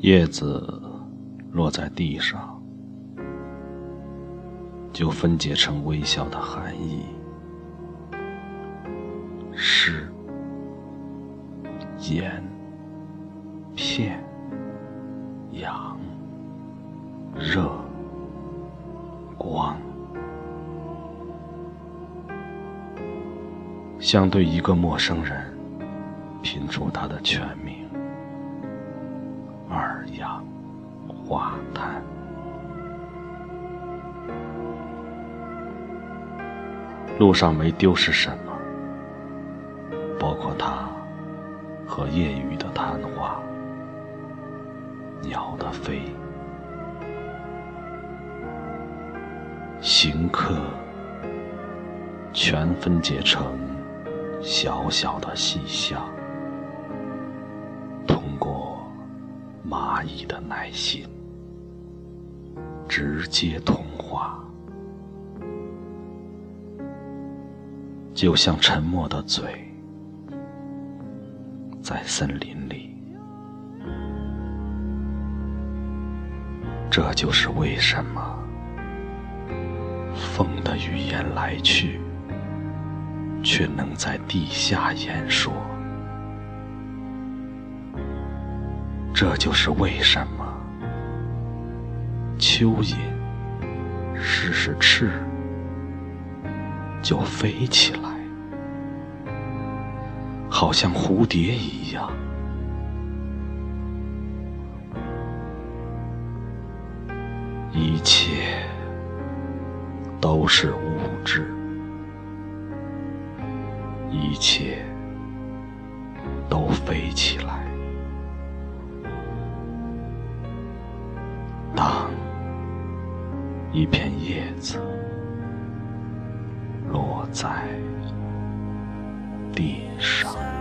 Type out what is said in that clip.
叶子落在地上，就分解成微小的含义。湿、炎、片、阳、热、光。像对一个陌生人拼出他的全名：二氧化碳。路上没丢失什么，包括他和夜雨的谈话，鸟的飞，行客全分解成小小的细项，通过蚂蚁的耐心，直接同化。就像沉默的嘴，在森林里。这就是为什么风的语言来去，却能在地下言说。这就是为什么蚯蚓试试翅就飞起来，好像蝴蝶一样。一切都是物质，一切都飞起来。当一片叶子落在地上。